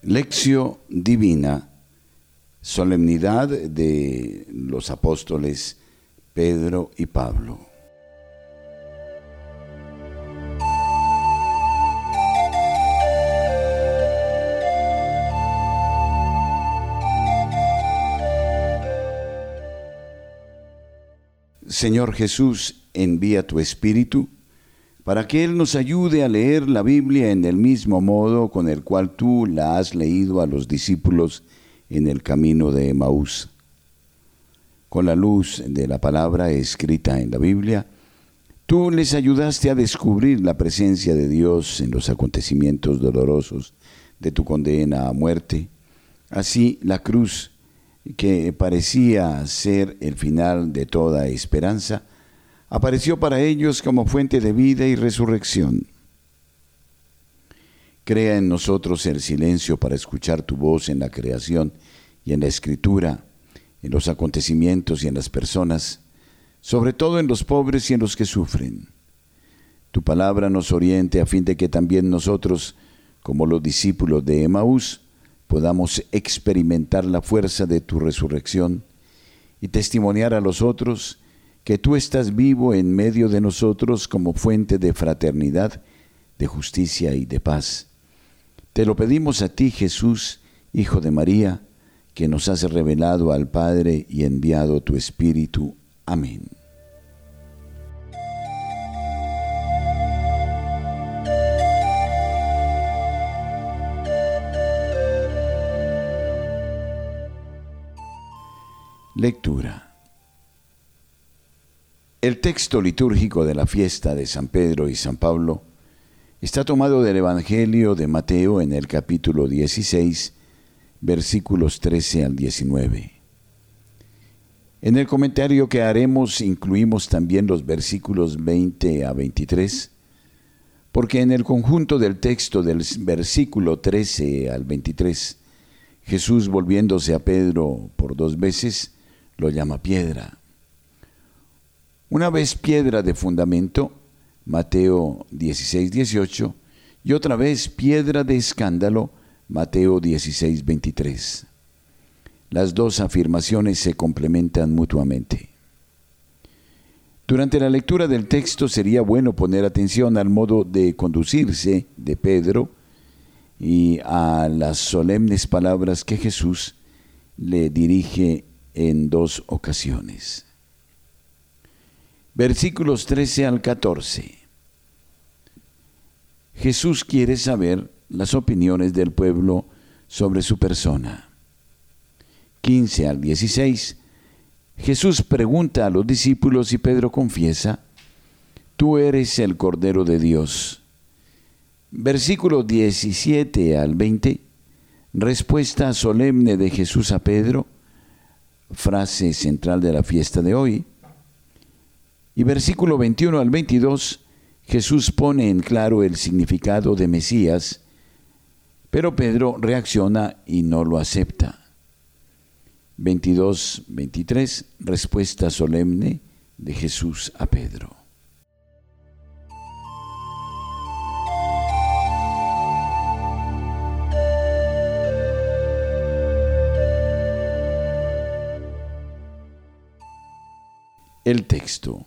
Lección Divina, solemnidad de los apóstoles Pedro y Pablo. Señor Jesús, envía tu Espíritu para que Él nos ayude a leer la Biblia en el mismo modo con el cual tú la has leído a los discípulos en el camino de Emaús. Con la luz de la palabra escrita en la Biblia, tú les ayudaste a descubrir la presencia de Dios en los acontecimientos dolorosos de tu condena a muerte. Así, la cruz, que parecía ser el final de toda esperanza, apareció para ellos como fuente de vida y resurrección. Crea en nosotros el silencio para escuchar tu voz en la creación y en la escritura, en los acontecimientos y en las personas, sobre todo en los pobres y en los que sufren. Tu palabra nos oriente a fin de que también nosotros, como los discípulos de Emaús, podamos experimentar la fuerza de tu resurrección y testimoniar a los otros que tú estás vivo en medio de nosotros como fuente de fraternidad, de justicia y de paz. Te lo pedimos a ti, Jesús, Hijo de María, que nos has revelado al Padre y enviado tu Espíritu. Amén. Lectura. El texto litúrgico de la fiesta de San Pedro y San Pablo está tomado del Evangelio de Mateo en el capítulo 16, versículos 13 al 19. En el comentario que haremos incluimos también los versículos 20 a 23, porque en el conjunto del texto del versículo 13 al 23, Jesús, volviéndose a Pedro por 2 veces, lo llama piedra. Una vez piedra de fundamento, Mateo 16, 18, y otra vez piedra de escándalo, Mateo 16, 23. Las dos afirmaciones se complementan mutuamente. Durante la lectura del texto sería bueno poner atención al modo de conducirse de Pedro y a las solemnes palabras que Jesús le dirige en 2 ocasiones. Versículos 13 al 14. Jesús quiere saber las opiniones del pueblo sobre su persona. 15 al 16. Jesús pregunta a los discípulos y Pedro confiesa: tú eres el Cordero de Dios. Versículos 17 al 20. Respuesta solemne de Jesús a Pedro, frase central de la fiesta de hoy. Y versículo 21 al 22, Jesús pone en claro el significado de Mesías, pero Pedro reacciona y no lo acepta. 22-23, respuesta solemne de Jesús a Pedro. El texto.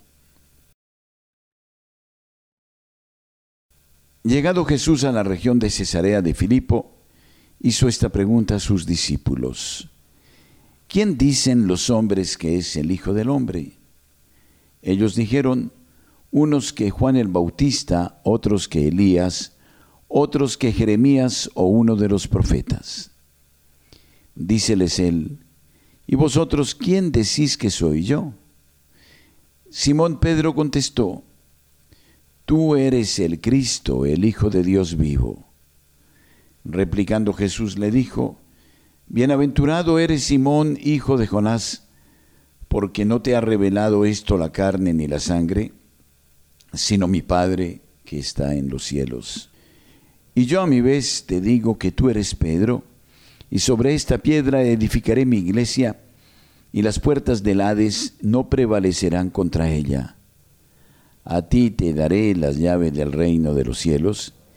Llegado Jesús a la región de Cesarea de Filipo, hizo esta pregunta a sus discípulos: ¿quién dicen los hombres que es el Hijo del Hombre? Ellos dijeron: unos que Juan el Bautista, otros que Elías, otros que Jeremías o uno de los profetas. Díceles él: ¿y vosotros quién decís que soy yo? Simón Pedro contestó: tú eres el Cristo, el Hijo de Dios vivo. Replicando Jesús le dijo: bienaventurado eres Simón, hijo de Jonás, porque no te ha revelado esto la carne ni la sangre, sino mi Padre que está en los cielos. Y yo a mi vez te digo que tú eres Pedro, y sobre esta piedra edificaré mi iglesia, y las puertas del Hades no prevalecerán contra ella. A ti te daré las llaves del reino de los cielos,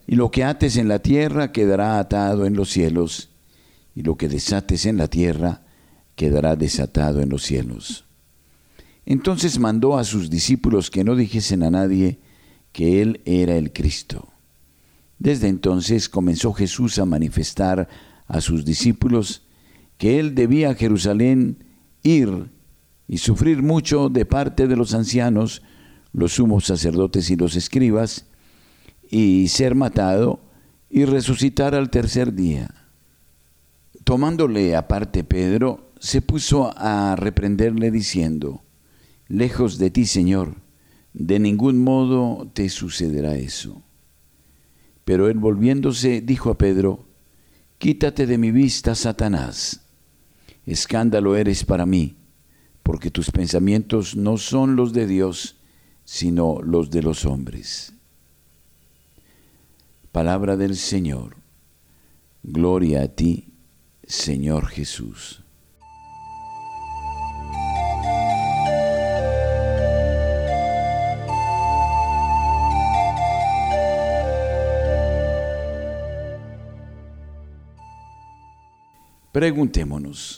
Y lo que ates en la tierra quedará atado en los cielos, y lo que desates en la tierra quedará desatado en los cielos. Entonces mandó a sus discípulos que no dijesen a nadie que él era el Cristo. Desde entonces comenzó Jesús a manifestar a sus discípulos que él debía a Jerusalén ir y sufrir mucho de parte de los ancianos, los sumos sacerdotes y los escribas, y ser matado y resucitar al tercer día. Tomándole aparte Pedro, se puso a reprenderle diciendo: Lejos de ti, Señor, de ningún modo te sucederá eso. Pero él, volviéndose, dijo a Pedro: Quítate de mi vista, Satanás. Escándalo eres para mí, porque tus pensamientos no son los de Dios, sino los de los hombres. Palabra del Señor. Gloria a ti, Señor Jesús. Preguntémonos,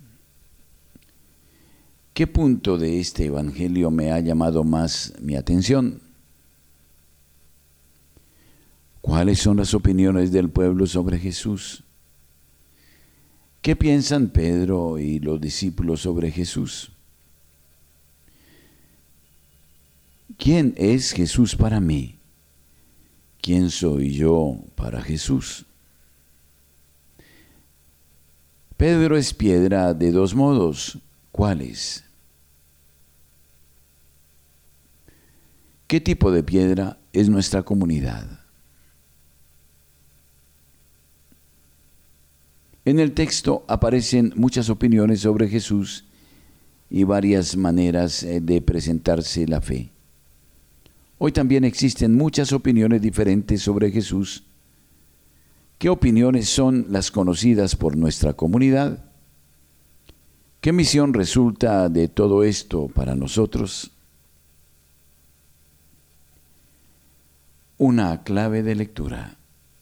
¿qué punto de este evangelio me ha llamado más mi atención? ¿Cuáles son las opiniones del pueblo sobre Jesús? ¿Qué piensan Pedro y los discípulos sobre Jesús? ¿Quién es Jesús para mí? ¿Quién soy yo para Jesús? Pedro es piedra de dos modos. ¿Cuáles? ¿Qué tipo de piedra es nuestra comunidad? En el texto aparecen muchas opiniones sobre Jesús y varias maneras de presentarse la fe. Hoy también existen muchas opiniones diferentes sobre Jesús. ¿Qué opiniones son las conocidas por nuestra comunidad? ¿Qué misión resulta de todo esto para nosotros? Una clave de lectura.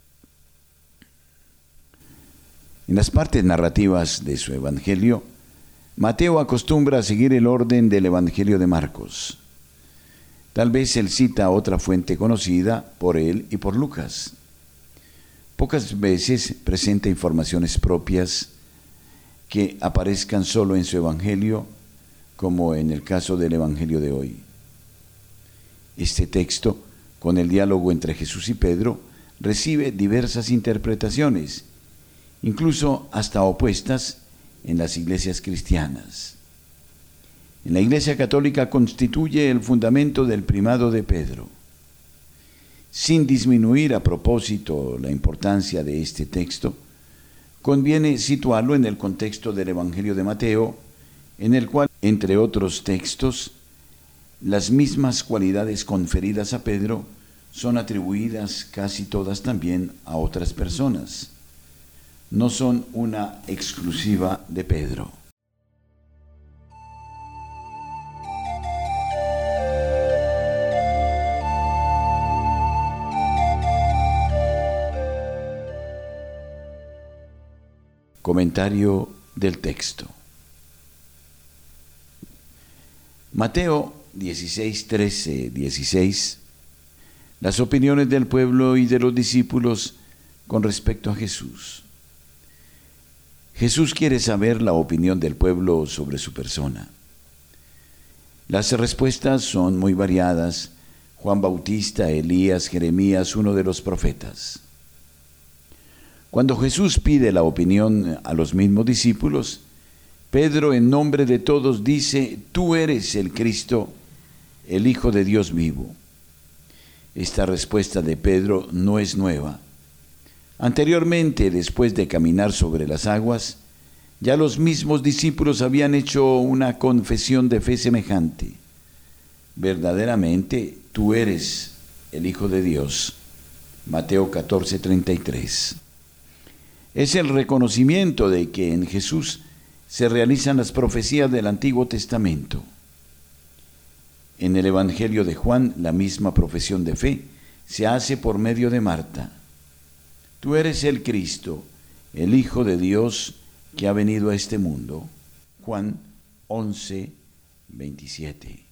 En las partes narrativas de su evangelio, Mateo acostumbra a seguir el orden del evangelio de Marcos. Tal vez él cita otra fuente conocida por él y por Lucas. Pocas veces presenta informaciones propias que aparezcan solo en su evangelio, como en el caso del evangelio de hoy. Este texto, con el diálogo entre Jesús y Pedro, recibe diversas interpretaciones, incluso hasta opuestas en las iglesias cristianas. En la Iglesia Católica constituye el fundamento del primado de Pedro. Sin disminuir a propósito la importancia de este texto, conviene situarlo en el contexto del Evangelio de Mateo, en el cual, entre otros textos, las mismas cualidades conferidas a Pedro son atribuidas casi todas también a otras personas. No son una exclusiva de Pedro. Comentario del texto. Mateo 16, 13, 16. Las opiniones del pueblo y de los discípulos con respecto a Jesús. Jesús quiere saber la opinión del pueblo sobre su persona. Las respuestas son muy variadas. Juan Bautista, Elías, Jeremías, uno de los profetas. Cuando Jesús pide la opinión a los mismos discípulos, Pedro, en nombre de todos, dice: Tú eres el Cristo, el Hijo de Dios vivo. Esta respuesta de Pedro no es nueva. Anteriormente, después de caminar sobre las aguas, ya los mismos discípulos habían hecho una confesión de fe semejante. Verdaderamente, tú eres el Hijo de Dios. Mateo 14, 33. Es el reconocimiento de que en Jesús se realizan las profecías del Antiguo Testamento. En el Evangelio de Juan, la misma profesión de fe se hace por medio de Marta. Tú eres el Cristo, el Hijo de Dios que ha venido a este mundo. Juan 11, 27.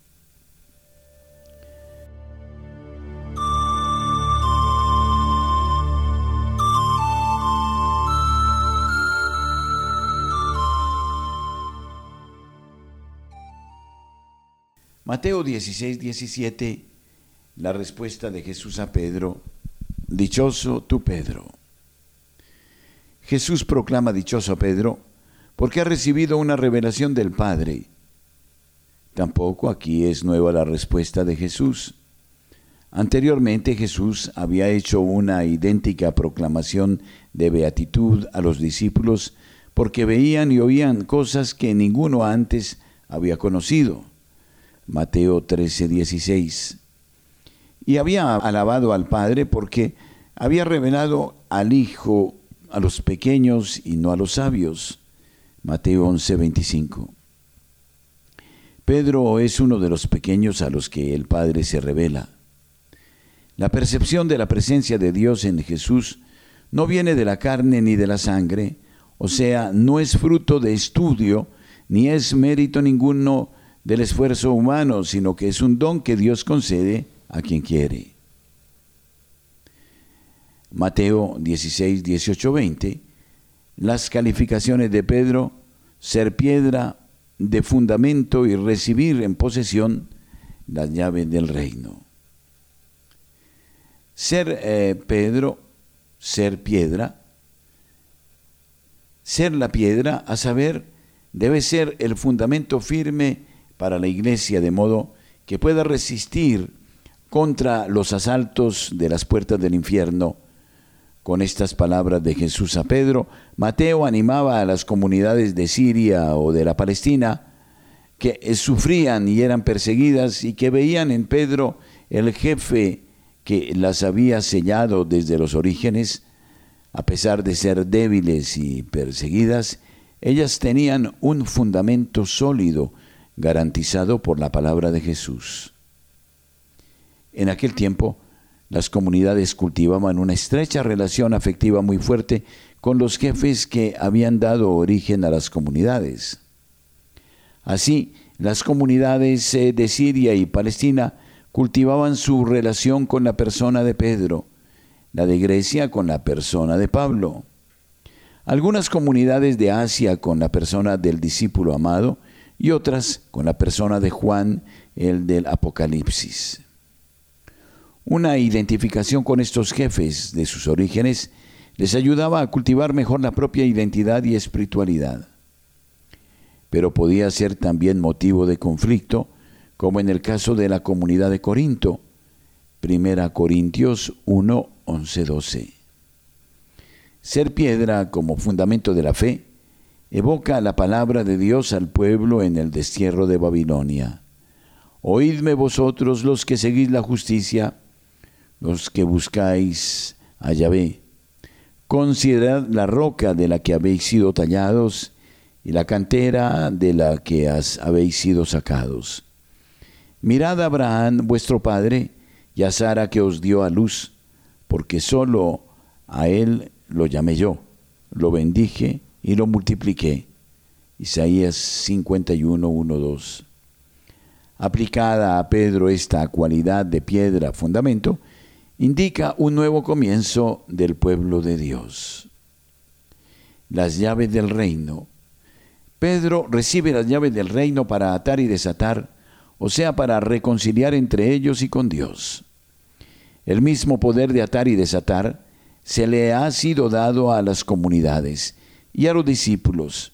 Mateo 16, 17, la respuesta de Jesús a Pedro: dichoso tú, Pedro. Jesús proclama dichoso a Pedro porque ha recibido una revelación del Padre. Tampoco aquí es nueva la respuesta de Jesús. Anteriormente Jesús había hecho una idéntica proclamación de beatitud a los discípulos porque veían y oían cosas que ninguno antes había conocido. Mateo 13, 16. Y había alabado al Padre porque había revelado al Hijo a los pequeños y no a los sabios. Mateo 11, 25. Pedro es uno de los pequeños a los que el Padre se revela. La percepción de la presencia de Dios en Jesús no viene de la carne ni de la sangre, o sea, no es fruto de estudio, ni es mérito ninguno del esfuerzo humano, sino que es un don que Dios concede a quien quiere. Mateo 16, 18, 20. Las calificaciones de Pedro: ser piedra de fundamento y recibir en posesión las llaves del reino. Ser Pedro, ser piedra, ser la piedra, a saber, debe ser el fundamento firme para la iglesia, de modo que pueda resistir contra los asaltos de las puertas del infierno. Con estas palabras de Jesús a Pedro, Mateo animaba a las comunidades de Siria o de la Palestina que sufrían y eran perseguidas y que veían en Pedro el jefe que las había sellado desde los orígenes. A pesar de ser débiles y perseguidas, ellas tenían un fundamento sólido garantizado por la palabra de Jesús. En aquel tiempo, las comunidades cultivaban una estrecha relación afectiva muy fuerte con los jefes que habían dado origen a las comunidades. Así, las comunidades de Siria y Palestina cultivaban su relación con la persona de Pedro, la de Grecia con la persona de Pablo. Algunas comunidades de Asia con la persona del discípulo amado y otras con la persona de Juan, el del Apocalipsis. Una identificación con estos jefes de sus orígenes les ayudaba a cultivar mejor la propia identidad y espiritualidad. Pero podía ser también motivo de conflicto, como en el caso de la comunidad de Corinto, 1 Corintios 1, 11, 12. Ser piedra como fundamento de la fe evoca la palabra de Dios al pueblo en el destierro de Babilonia. Oídme vosotros los que seguís la justicia, los que buscáis a Yahvé. Considerad la roca de la que habéis sido tallados y la cantera de la que habéis sido sacados. Mirad a Abraham vuestro padre y a Sara que os dio a luz, porque solo a él lo llamé yo, lo bendije y lo multipliqué. Isaías 51, 1, 2. Aplicada a Pedro esta cualidad de piedra fundamento, indica un nuevo comienzo del pueblo de Dios. Las llaves del reino. Pedro recibe las llaves del reino para atar y desatar, o sea, para reconciliar entre ellos y con Dios. El mismo poder de atar y desatar se le ha sido dado a las comunidades y a los discípulos.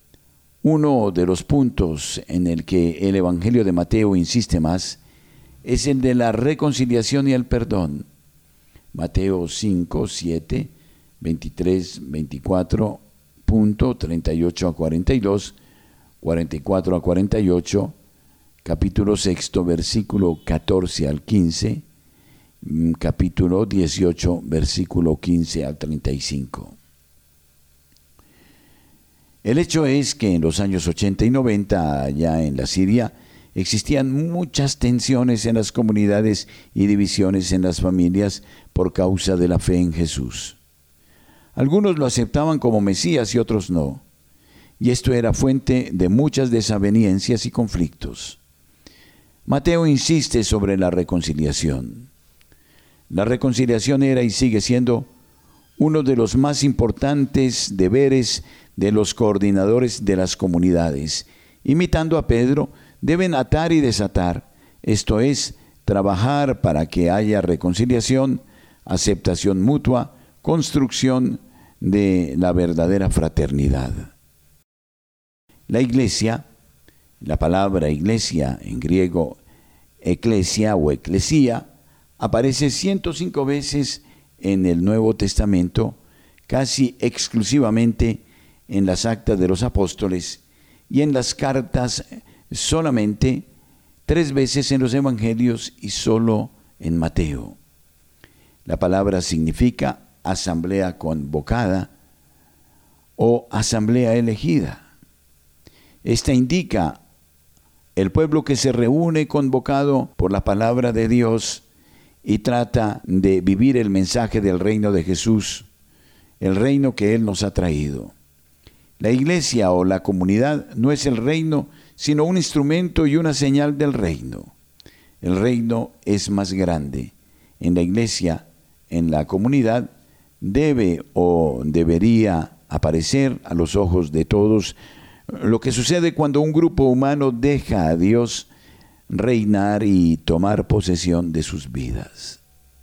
Uno de los puntos en el que el Evangelio de Mateo insiste más es el de la reconciliación y el perdón. Mateo 5, 7, 23, 24, 38 a 42, 44 a 48, capítulo 6, versículo 14 al 15, capítulo 18, versículo 15 al 35. El hecho es que en los años 80 y 90, allá en la Siria, existían muchas tensiones en las comunidades y divisiones en las familias por causa de la fe en Jesús. Algunos lo aceptaban como Mesías y otros no, y esto era fuente de muchas desavenencias y conflictos. Mateo insiste sobre la reconciliación. La reconciliación era y sigue siendo uno de los más importantes deberes de los coordinadores de las comunidades. Imitando a Pedro, deben atar y desatar, esto es, trabajar para que haya reconciliación, aceptación mutua, construcción de la verdadera fraternidad. La iglesia, la palabra iglesia en griego, eclesia o eclesía, aparece 105 veces en el Nuevo Testamento, casi exclusivamente en las actas de los apóstoles y en las cartas solamente 3 veces en los evangelios y solo en Mateo. La palabra significa asamblea convocada o asamblea elegida. Esta indica el pueblo que se reúne convocado por la palabra de Dios y trata de vivir el mensaje del reino de Jesús, el reino que Él nos ha traído. La iglesia o la comunidad no es el reino, sino un instrumento y una señal del reino. El reino es más grande. En la iglesia, en la comunidad, debe o debería aparecer a los ojos de todos lo que sucede cuando un grupo humano deja a Dios reinar y tomar posesión de sus vidas.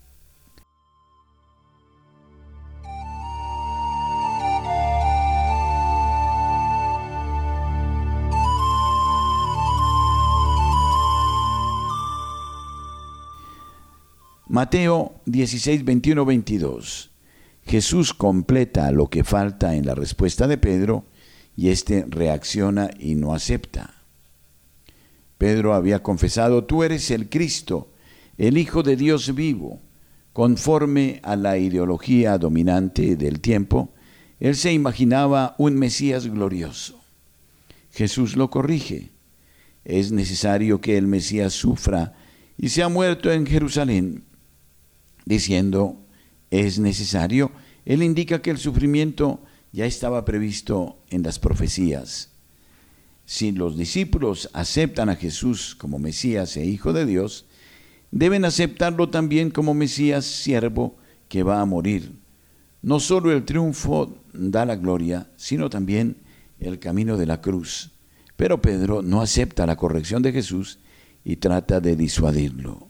Mateo 16, 21, 22. Jesús completa lo que falta en la respuesta de Pedro y éste reacciona y no acepta. Pedro había confesado: tú eres el Cristo, el Hijo de Dios vivo. Conforme a la ideología dominante del tiempo, él se imaginaba un Mesías glorioso. Jesús lo corrige. Es necesario que el Mesías sufra y sea muerto en Jerusalén. Diciendo, es necesario, él indica que el sufrimiento ya estaba previsto en las profecías. Si los discípulos aceptan a Jesús como Mesías e Hijo de Dios, deben aceptarlo también como Mesías siervo que va a morir. No solo el triunfo da la gloria, sino también el camino de la cruz. Pero Pedro no acepta la corrección de Jesús y trata de disuadirlo.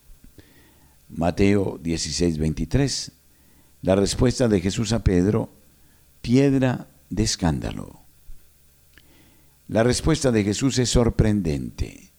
Mateo 16, 23. La respuesta de Jesús a Pedro: piedra de escándalo. La respuesta de Jesús es sorprendente.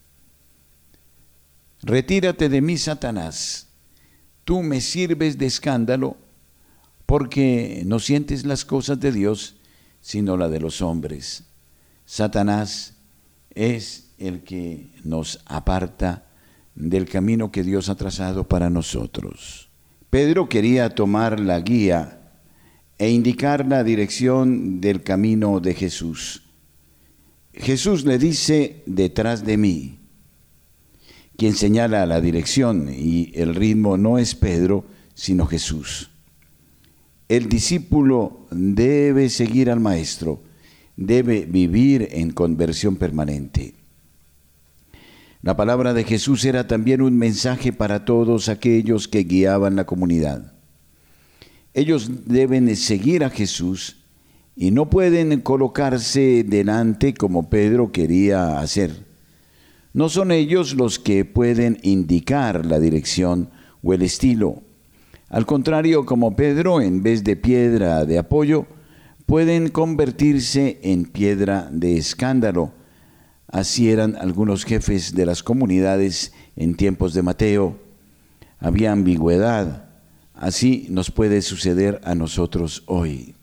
Retírate de mí, Satanás. Tú me sirves de escándalo porque no sientes las cosas de Dios, sino la de los hombres. Satanás es el que nos aparta del camino que Dios ha trazado para nosotros. Pedro quería tomar la guía e indicar la dirección del camino de Jesús. Jesús le dice: detrás de mí. Quien señala la dirección y el ritmo no es Pedro, sino Jesús. El discípulo debe seguir al Maestro, debe vivir en conversión permanente. La palabra de Jesús era también un mensaje para todos aquellos que guiaban la comunidad. Ellos deben seguir a Jesús y no pueden colocarse delante como Pedro quería hacer. No son ellos los que pueden indicar la dirección o el estilo. Al contrario, como Pedro, en vez de piedra de apoyo, pueden convertirse en piedra de escándalo. Así eran algunos jefes de las comunidades en tiempos de Mateo. Había ambigüedad. Así nos puede suceder a nosotros hoy.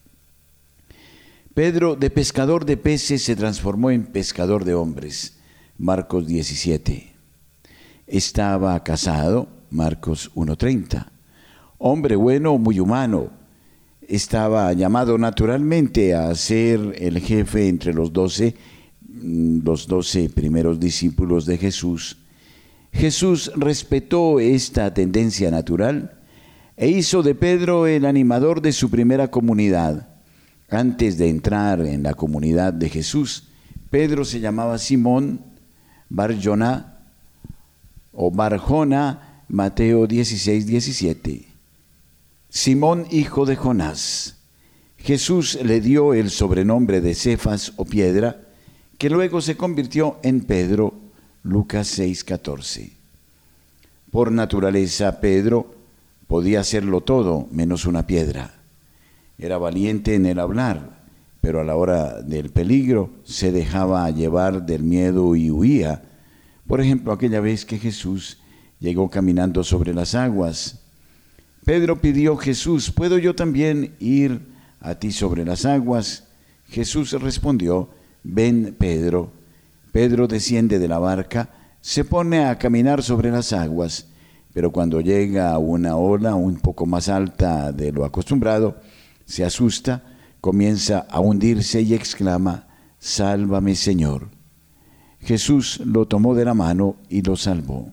Pedro, de pescador de peces, se transformó en pescador de hombres. Marcos 17. Estaba casado. Marcos 1:30. Hombre bueno, muy humano. Estaba llamado naturalmente a ser el jefe entre los 12, los 12 primeros discípulos de Jesús, Jesús respetó esta tendencia natural e hizo de Pedro el animador de su primera comunidad. Antes de entrar en la comunidad de Jesús, Pedro se llamaba Simón Bar-Joná o Bar-Jona, Mateo 16:17. Simón, hijo de Jonás. Jesús le dio el sobrenombre de Cefas o piedra, que luego se convirtió en Pedro, Lucas 6:14. Por naturaleza, Pedro podía hacerlo todo menos una piedra. Era valiente en el hablar, pero a la hora del peligro se dejaba llevar del miedo y huía. Por ejemplo, aquella vez que Jesús llegó caminando sobre las aguas, Pedro pidió: Jesús, ¿puedo yo también ir a ti sobre las aguas? Jesús respondió: ven, Pedro. Pedro desciende de la barca, se pone a caminar sobre las aguas, pero cuando llega a una ola un poco más alta de lo acostumbrado, se asusta, comienza a hundirse y exclama: sálvame, Señor. Jesús lo tomó de la mano y lo salvó.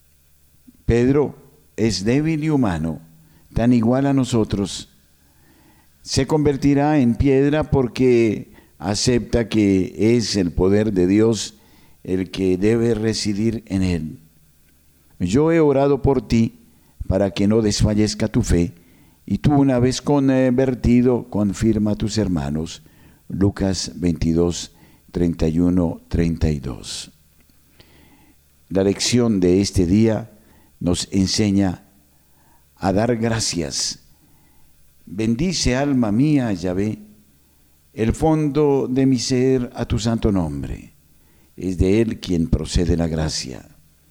Pedro es débil y humano, tan igual a nosotros. Se convertirá en piedra porque acepta que es el poder de Dios el que debe residir en él. Yo he orado por ti para que no desfallezca tu fe, y tú, una vez convertido, confirma a tus hermanos. Lucas 22, 31, 32. La lección de este día nos enseña a dar gracias. Bendice, alma mía, Yahvé, el fondo de mi ser a tu santo nombre. Es de él quien procede la gracia.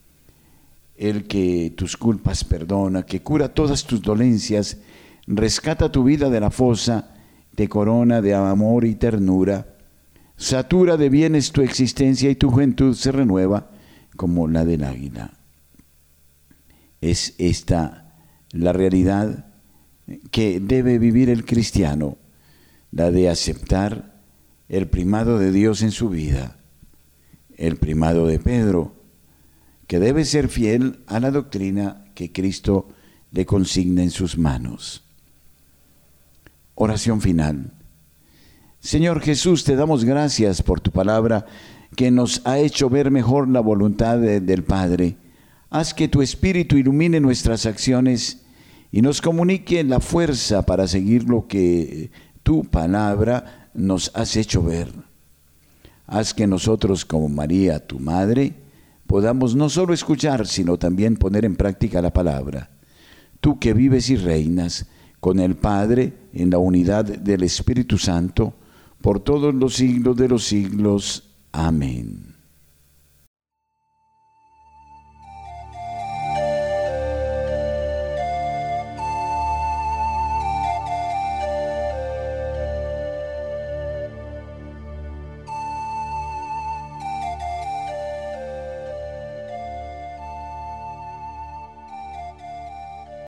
El que tus culpas perdona, que cura todas tus dolencias, rescata tu vida de la fosa, te corona de amor y ternura, satura de bienes tu existencia y tu juventud se renueva como la del águila. Es esta la realidad que debe vivir el cristiano, la de aceptar el primado de Dios en su vida, el primado de Pedro, que debe ser fiel a la doctrina que Cristo le consigna en sus manos. Oración final. Señor Jesús, te damos gracias por tu palabra que nos ha hecho ver mejor la voluntad del Padre. Haz que tu Espíritu ilumine nuestras acciones y nos comunique la fuerza para seguir lo que tu palabra nos has hecho ver. Haz que nosotros, como María, tu Madre, podamos no solo escuchar, sino también poner en práctica la palabra. Tú que vives y reinas con el Padre en la unidad del Espíritu Santo, por todos los siglos de los siglos. Amén.